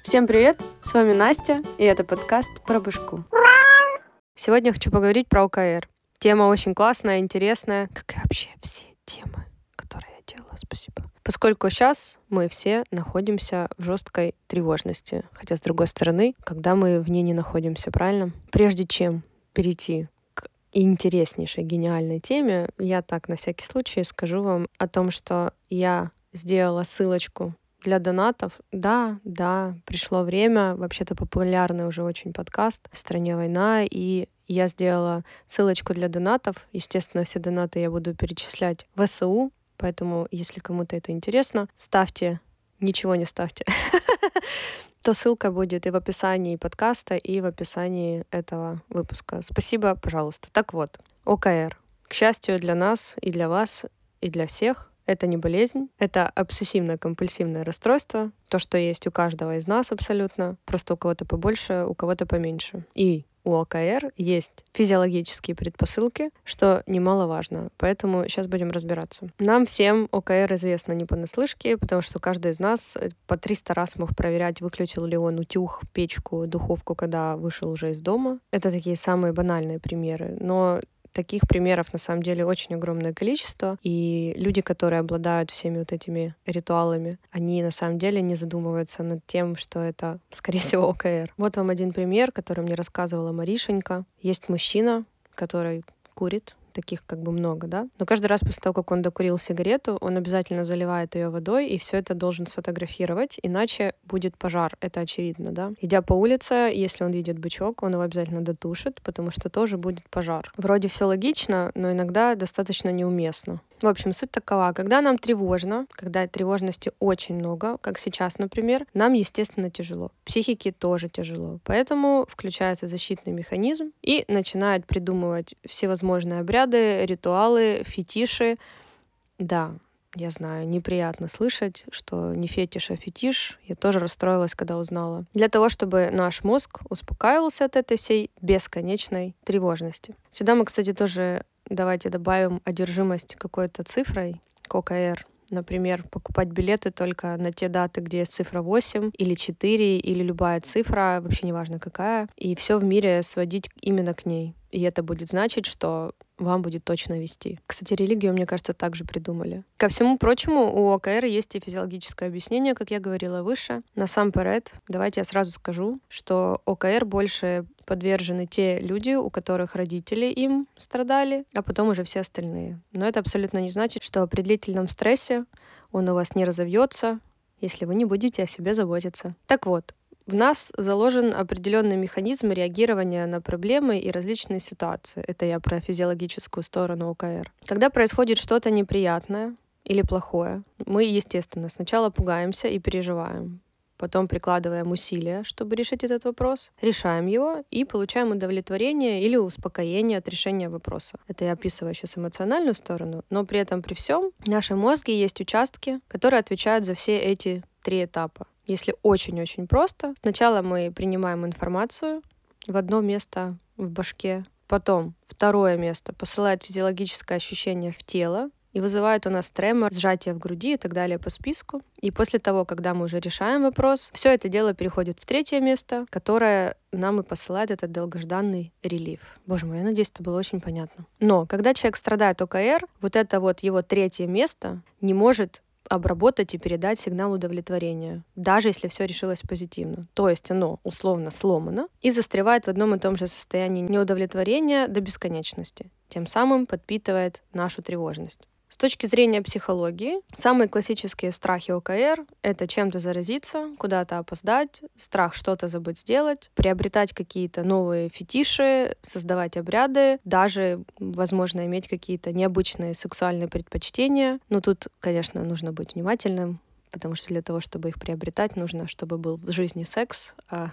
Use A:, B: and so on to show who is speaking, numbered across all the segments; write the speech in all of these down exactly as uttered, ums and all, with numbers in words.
A: Всем привет, с вами Настя, и это подкаст про башку. Сегодня хочу поговорить про ОКР. Тема очень классная, интересная, как и вообще все темы, которые я делала, спасибо. Поскольку сейчас мы все находимся в жесткой тревожности, хотя, с другой стороны, когда мы в ней не находимся, правильно? Прежде чем перейти к интереснейшей, гениальной теме, я так на всякий случай скажу вам о том, что я сделала ссылочку для донатов. Да, да, пришло время. Вообще-то популярный уже очень подкаст «В стране война», и я сделала ссылочку для донатов. Естественно, все донаты я буду перечислять в ВСУ, поэтому, если кому-то это интересно, ставьте, ничего не ставьте, то ссылка будет и в описании подкаста, и в описании этого выпуска. Спасибо, пожалуйста. Так вот, ОКР. К счастью для нас и для вас, и для всех, это не болезнь, это обсессивно-компульсивное расстройство, то, что есть у каждого из нас абсолютно, просто у кого-то побольше, у кого-то поменьше. И у ОКР есть физиологические предпосылки, что немаловажно, поэтому сейчас будем разбираться. Нам всем ОКР известно не понаслышке, потому что каждый из нас по триста раз мог проверять, выключил ли он утюг, печку, духовку, когда вышел уже из дома. Это такие самые банальные примеры, но таких примеров, на самом деле, очень огромное количество, и люди, которые обладают всеми вот этими ритуалами, они, на самом деле, не задумываются над тем, что это, скорее всего, ОКР. Вот вам один пример, который мне рассказывала Маришенька. Есть мужчина, который курит, таких как бы много, да? Но каждый раз после того, как он докурил сигарету, он обязательно заливает ее водой, и все это должен сфотографировать, иначе будет пожар, это очевидно, да? Идя по улице, если он видит бычок, он его обязательно дотушит, потому что тоже будет пожар. Вроде все логично, но иногда достаточно неуместно. В общем, суть такова: когда нам тревожно, когда тревожности очень много, как сейчас, например, нам, естественно, тяжело. Психике тоже тяжело. Поэтому включается защитный механизм и начинает придумывать всевозможные обряды, ритуалы, фетиши. Да, я знаю, неприятно слышать, что не фетиш, а фетиш. Я тоже расстроилась, когда узнала. Для того, чтобы наш мозг успокаивался от этой всей бесконечной тревожности. Сюда мы, кстати, тоже давайте добавим одержимость какой-то цифрой к ОКР. Например, покупать билеты только на те даты, где есть цифра восемь или четыре, или любая цифра, вообще неважно какая, и все в мире сводить именно к ней. И это будет значить, что вам будет точно вести. Кстати, религию, мне кажется, также придумали. Ко всему прочему, у ОКР есть и физиологическое объяснение, как я говорила выше. Насамперед, давайте я сразу скажу, что ОКР больше подвержены те люди, у которых родители им страдали, а потом уже все остальные. Но это абсолютно не значит, что при длительном стрессе он у вас не разовьется, если вы не будете о себе заботиться. Так вот, в нас заложен определенный механизм реагирования на проблемы и различные ситуации. Это я про физиологическую сторону ОКР. Когда происходит что-то неприятное или плохое, мы, естественно, сначала пугаемся и переживаем. Потом прикладываем усилия, чтобы решить этот вопрос, решаем его и получаем удовлетворение или успокоение от решения вопроса. Это я описываю сейчас эмоциональную сторону, но при этом при всем в нашем мозге есть участки, которые отвечают за все эти три этапа. Если очень-очень просто, сначала мы принимаем информацию в одно место в башке, потом второе место посылает физиологическое ощущение в тело и вызывает у нас тремор, сжатие в груди и так далее по списку. И после того, когда мы уже решаем вопрос, все это дело переходит в третье место, которое нам и посылает этот долгожданный релиф. Боже мой, я надеюсь, это было очень понятно. Но когда человек страдает ОКР, вот это вот его третье место не может обработать и передать сигнал удовлетворения, даже если все решилось позитивно. То есть оно условно сломано и застревает в одном и том же состоянии неудовлетворения до бесконечности, тем самым подпитывает нашу тревожность. С точки зрения психологии, самые классические страхи ОКР — это чем-то заразиться, куда-то опоздать, страх что-то забыть сделать, приобретать какие-то новые фетиши, создавать обряды, даже, возможно, иметь какие-то необычные сексуальные предпочтения. Но тут, конечно, нужно быть внимательным, потому что для того, чтобы их приобретать, нужно, чтобы был в жизни секс. А...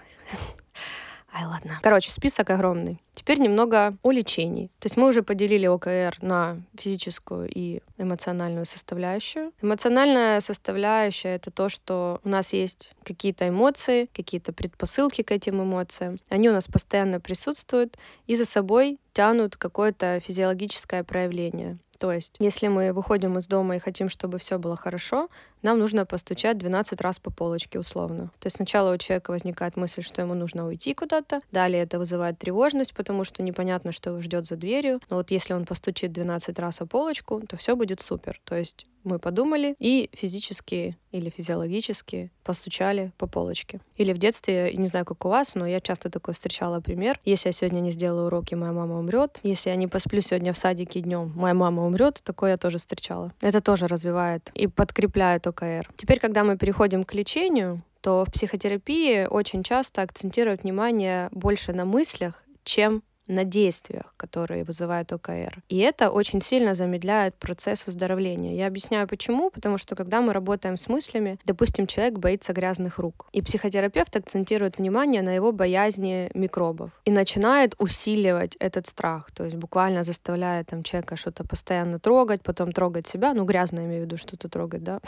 A: Ай, ладно. Короче, список огромный. Теперь немного о лечении. То есть мы уже поделили ОКР на физическую и эмоциональную составляющую. Эмоциональная составляющая — это то, что у нас есть какие-то эмоции, какие-то предпосылки к этим эмоциям. Они у нас постоянно присутствуют и за собой тянут какое-то физиологическое проявление. То есть, если мы выходим из дома и хотим, чтобы все было хорошо, нам нужно постучать двенадцать раз по полочке условно. То есть сначала у человека возникает мысль, что ему нужно уйти куда-то, далее это вызывает тревожность, потому что непонятно, что его ждет за дверью. Но вот если он постучит двенадцать раз о полочку, то все будет супер. То есть мы подумали и физически или физиологически постучали по полочке. Или в детстве, не знаю, как у вас, но я часто такой встречала пример. Если я сегодня не сделаю уроки, моя мама умрет. Если я не посплю сегодня в садике днем, моя мама умрет. Такое я тоже встречала. Это тоже развивает и подкрепляет о ка эр. Теперь, когда мы переходим к лечению, то в психотерапии очень часто акцентируют внимание больше на мыслях, чем на действиях, которые вызывают о ка эр. И это очень сильно замедляет процесс выздоровления. Я объясняю почему. Потому что когда мы работаем с мыслями, допустим, человек боится грязных рук, и психотерапевт акцентирует внимание на его боязни микробов и начинает усиливать этот страх, то есть буквально заставляет там человека что-то постоянно трогать, потом трогать себя, ну грязное, имею в виду, что-то трогать, да,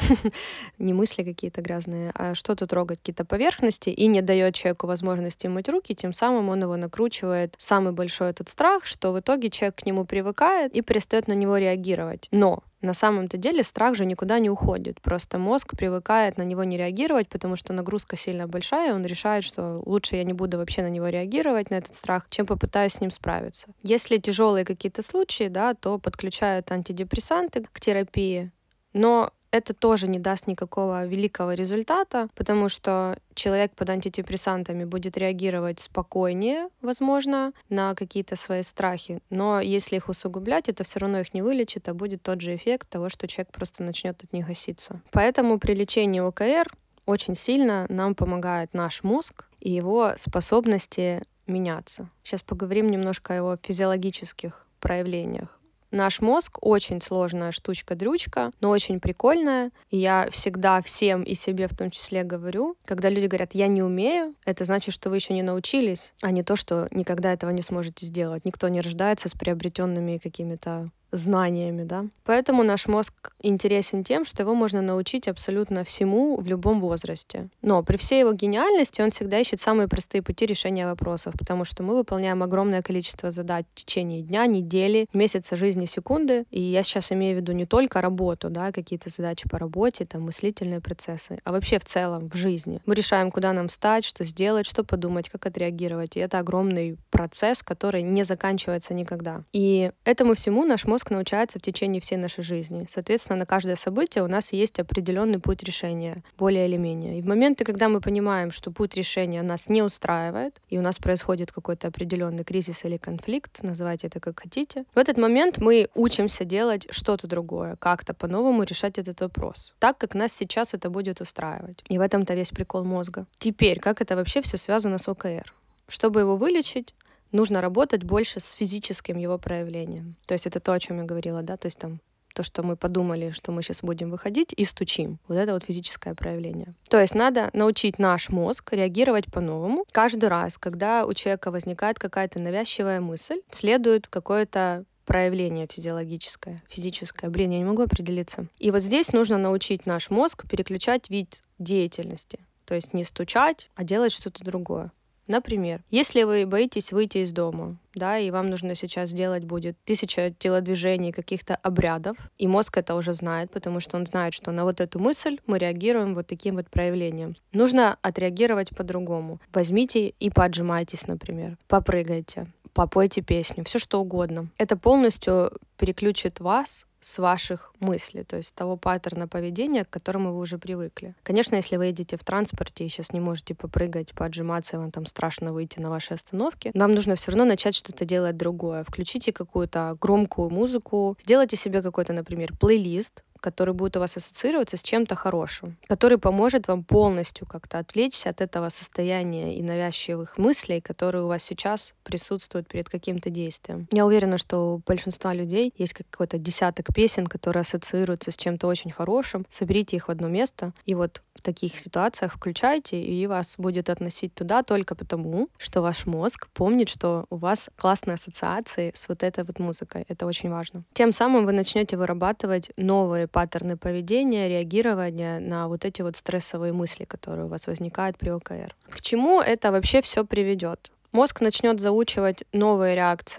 A: не мысли какие-то грязные, а что-то трогать, какие-то поверхности, и не дает человеку возможности мыть руки, тем самым он его накручивает самый большой большой этот страх, что в итоге человек к нему привыкает и перестает на него реагировать. Но на самом-то деле страх же никуда не уходит. Просто мозг привыкает на него не реагировать, потому что нагрузка сильно большая, и он решает, что лучше я не буду вообще на него реагировать, на этот страх, чем попытаюсь с ним справиться. Если тяжелые какие-то случаи, да, то подключают антидепрессанты к терапии, но это тоже не даст никакого великого результата, потому что человек под антидепрессантами будет реагировать спокойнее, возможно, на какие-то свои страхи. Но если их усугублять, это все равно их не вылечит, а будет тот же эффект того, что человек просто начнет от них гаситься. Поэтому при лечении о ка эр очень сильно нам помогает наш мозг и его способности меняться. Сейчас поговорим немножко о его физиологических проявлениях. Наш мозг очень сложная штучка-дрючка, но очень прикольная. И я всегда всем и себе в том числе говорю, когда люди говорят «я не умею», это значит, что вы еще не научились, а не то, что никогда этого не сможете сделать. Никто не рождается с приобретенными какими-то знаниями, да. Поэтому наш мозг интересен тем, что его можно научить абсолютно всему в любом возрасте. Но при всей его гениальности он всегда ищет самые простые пути решения вопросов, потому что мы выполняем огромное количество задач в течение дня, недели, месяца, жизни, секунды. И я сейчас имею в виду не только работу, да, какие-то задачи по работе, там, мыслительные процессы, а вообще в целом в жизни. Мы решаем, куда нам встать, что сделать, что подумать, как отреагировать. И это огромный процесс, который не заканчивается никогда. И этому всему наш мозг научается в течение всей нашей жизни. Соответственно, на каждое событие у нас есть определенный путь решения, более или менее. И в моменты, когда мы понимаем, что путь решения нас не устраивает, и у нас происходит какой-то определенный кризис или конфликт, называйте это как хотите, в этот момент мы учимся делать что-то другое, как-то по-новому решать этот вопрос, так как нас сейчас это будет устраивать. И в этом-то весь прикол мозга. Теперь, как это вообще все связано с о ка эр? Чтобы его вылечить, нужно работать больше с физическим его проявлением. То есть это то, о чем я говорила, да, то есть там то, что мы подумали, что мы сейчас будем выходить и стучим. Вот это вот физическое проявление. То есть надо научить наш мозг реагировать по-новому. Каждый раз, когда у человека возникает какая-то навязчивая мысль, следует какое-то проявление физиологическое, физическое. Блин, я не могу определиться. И вот здесь нужно научить наш мозг переключать вид деятельности. То есть не стучать, а делать что-то другое. Например, если вы боитесь выйти из дома, да, и вам нужно сейчас сделать будет тысяча телодвижений, каких-то обрядов, и мозг это уже знает, потому что он знает, что на вот эту мысль мы реагируем вот таким вот проявлением. Нужно отреагировать по-другому. Возьмите и поотжимайтесь, например, попрыгайте, попойте песню, все что угодно. Это полностью переключит вас с ваших мыслей, то есть того паттерна поведения, к которому вы уже привыкли. Конечно, если вы едете в транспорте и сейчас не можете попрыгать, поотжиматься, и вам там страшно выйти на вашей остановке, вам нужно все равно начать что-то делать другое. Включите какую-то громкую музыку, сделайте себе какой-то, например, плейлист, который будет у вас ассоциироваться с чем-то хорошим, который поможет вам полностью как-то отвлечься от этого состояния и навязчивых мыслей, которые у вас сейчас присутствуют перед каким-то действием. Я уверена, что у большинства людей есть какой-то десяток песен, которые ассоциируются с чем-то очень хорошим. Соберите их в одно место, и вот в таких ситуациях включайте, и вас будет относить туда только потому, что ваш мозг помнит, что у вас классные ассоциации с вот этой вот музыкой. Это очень важно. Тем самым вы начнете вырабатывать новые паттерны поведения, реагирования на вот эти вот стрессовые мысли, которые у вас возникают при о ка эр. К чему это вообще все приведет? Мозг начнет заучивать новые реакции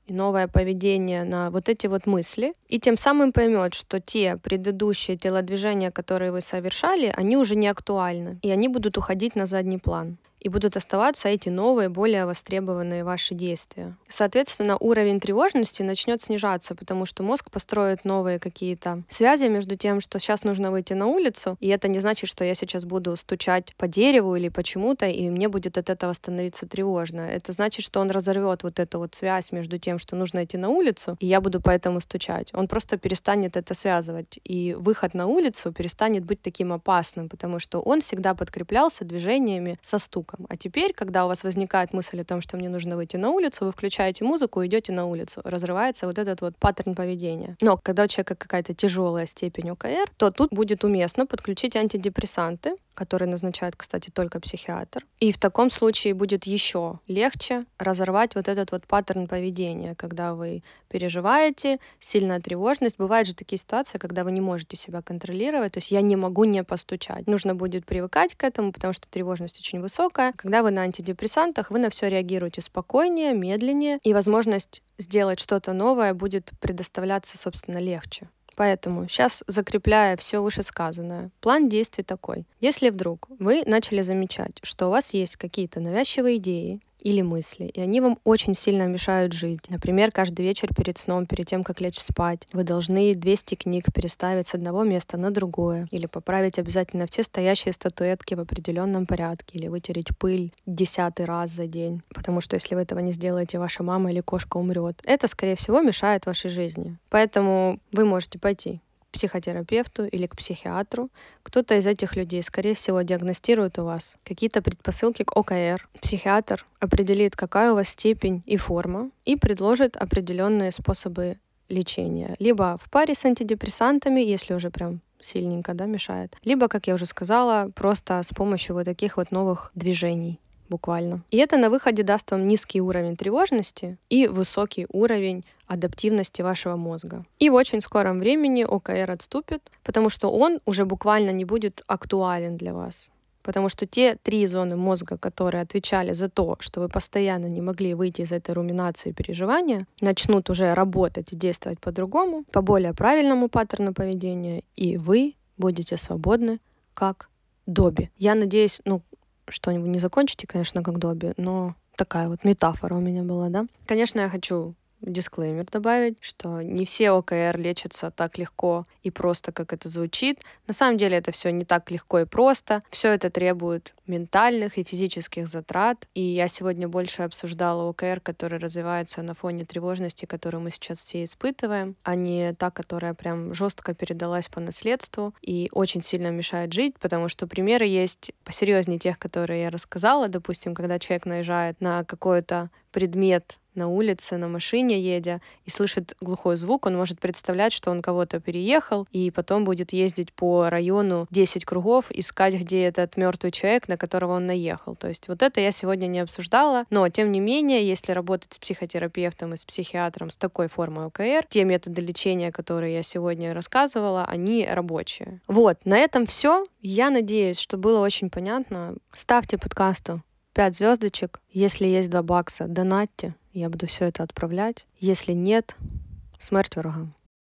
A: и новое поведение на вот эти вот мысли, и тем самым поймет, что те предыдущие телодвижения, которые вы совершали, они уже не актуальны, и они будут уходить на задний план. И будут оставаться эти новые, более востребованные ваши действия. Соответственно, уровень тревожности начнет снижаться, потому что мозг построит новые какие-то связи между тем, что сейчас нужно выйти на улицу, и это не значит, что я сейчас буду стучать по дереву или почему-то, и мне будет от этого становиться тревожно. Это значит, что он разорвет вот эту вот связь между тем, что нужно идти на улицу, и я буду поэтому стучать. Он просто перестанет это связывать, и выход на улицу перестанет быть таким опасным, потому что он всегда подкреплялся движениями со стуком. А теперь, когда у вас возникает мысль о том, что мне нужно выйти на улицу, вы включаете музыку и идете на улицу. Разрывается вот этот вот паттерн поведения. Но когда у человека какая-то тяжелая степень ОКР, то тут будет уместно подключить антидепрессанты, которые назначает, кстати, только психиатр. И в таком случае будет еще легче разорвать вот этот вот паттерн поведения, когда вы переживаете, сильная тревожность. Бывают же такие ситуации, когда вы не можете себя контролировать, то есть я не могу не постучать. Нужно будет привыкать к этому, потому что тревожность очень высокая. Когда вы на антидепрессантах, вы на все реагируете спокойнее, медленнее, и возможность сделать что-то новое будет предоставляться, собственно, легче. Поэтому сейчас, закрепляя все вышесказанное, план действий такой. Если вдруг вы начали замечать, что у вас есть какие-то навязчивые идеи или мысли, и они вам очень сильно мешают жить. Например, каждый вечер перед сном, перед тем, как лечь спать, вы должны двести книг переставить с одного места на другое, или поправить обязательно все стоящие статуэтки в определенном порядке, или вытереть пыль десятый раз за день. Потому что если вы этого не сделаете, ваша мама или кошка умрет. Это, скорее всего, мешает вашей жизни. Поэтому вы можете пойти к психотерапевту или к психиатру. Кто-то из этих людей, скорее всего, диагностирует у вас какие-то предпосылки к ОКР. Психиатр определит, какая у вас степень и форма, и предложит определенные способы лечения. Либо в паре с антидепрессантами, если уже прям сильненько, да, мешает. Либо, как я уже сказала, просто с помощью вот таких вот новых движений. Буквально. И это на выходе даст вам низкий уровень тревожности и высокий уровень адаптивности вашего мозга. И в очень скором времени ОКР отступит, потому что он уже буквально не будет актуален для вас. Потому что те три зоны мозга, которые отвечали за то, что вы постоянно не могли выйти из этой руминации и переживания, начнут уже работать и действовать по-другому, по более правильному паттерну поведения, и вы будете свободны, как Добби. Я надеюсь, ну, что вы не закончите, конечно, как Добби, но такая вот метафора у меня была, да? Конечно, я хочу дисклеймер добавить, что не все ОКР лечатся так легко и просто, как это звучит. На самом деле это все не так легко и просто. Все это требует ментальных и физических затрат. И я сегодня больше обсуждала ОКР, который развивается на фоне тревожности, которую мы сейчас все испытываем, а не та, которая прям жестко передалась по наследству и очень сильно мешает жить, потому что примеры есть посерьезнее тех, которые я рассказала. Допустим, когда человек наезжает на какой-то предмет на улице, на машине едя, и слышит глухой звук, он может представлять, что он кого-то переехал, и потом будет ездить по району десять кругов, искать, где этот мертвый человек, на которого он наехал. То есть вот это я сегодня не обсуждала, но тем не менее, если работать с психотерапевтом и с психиатром с такой формой ОКР, те методы лечения, которые я сегодня рассказывала, они рабочие. Вот, на этом все. Я надеюсь, что было очень понятно. Ставьте подкасту пять звездочек. Если есть два бакса, донатьте. Я буду все это отправлять. Если нет, смерть врагам.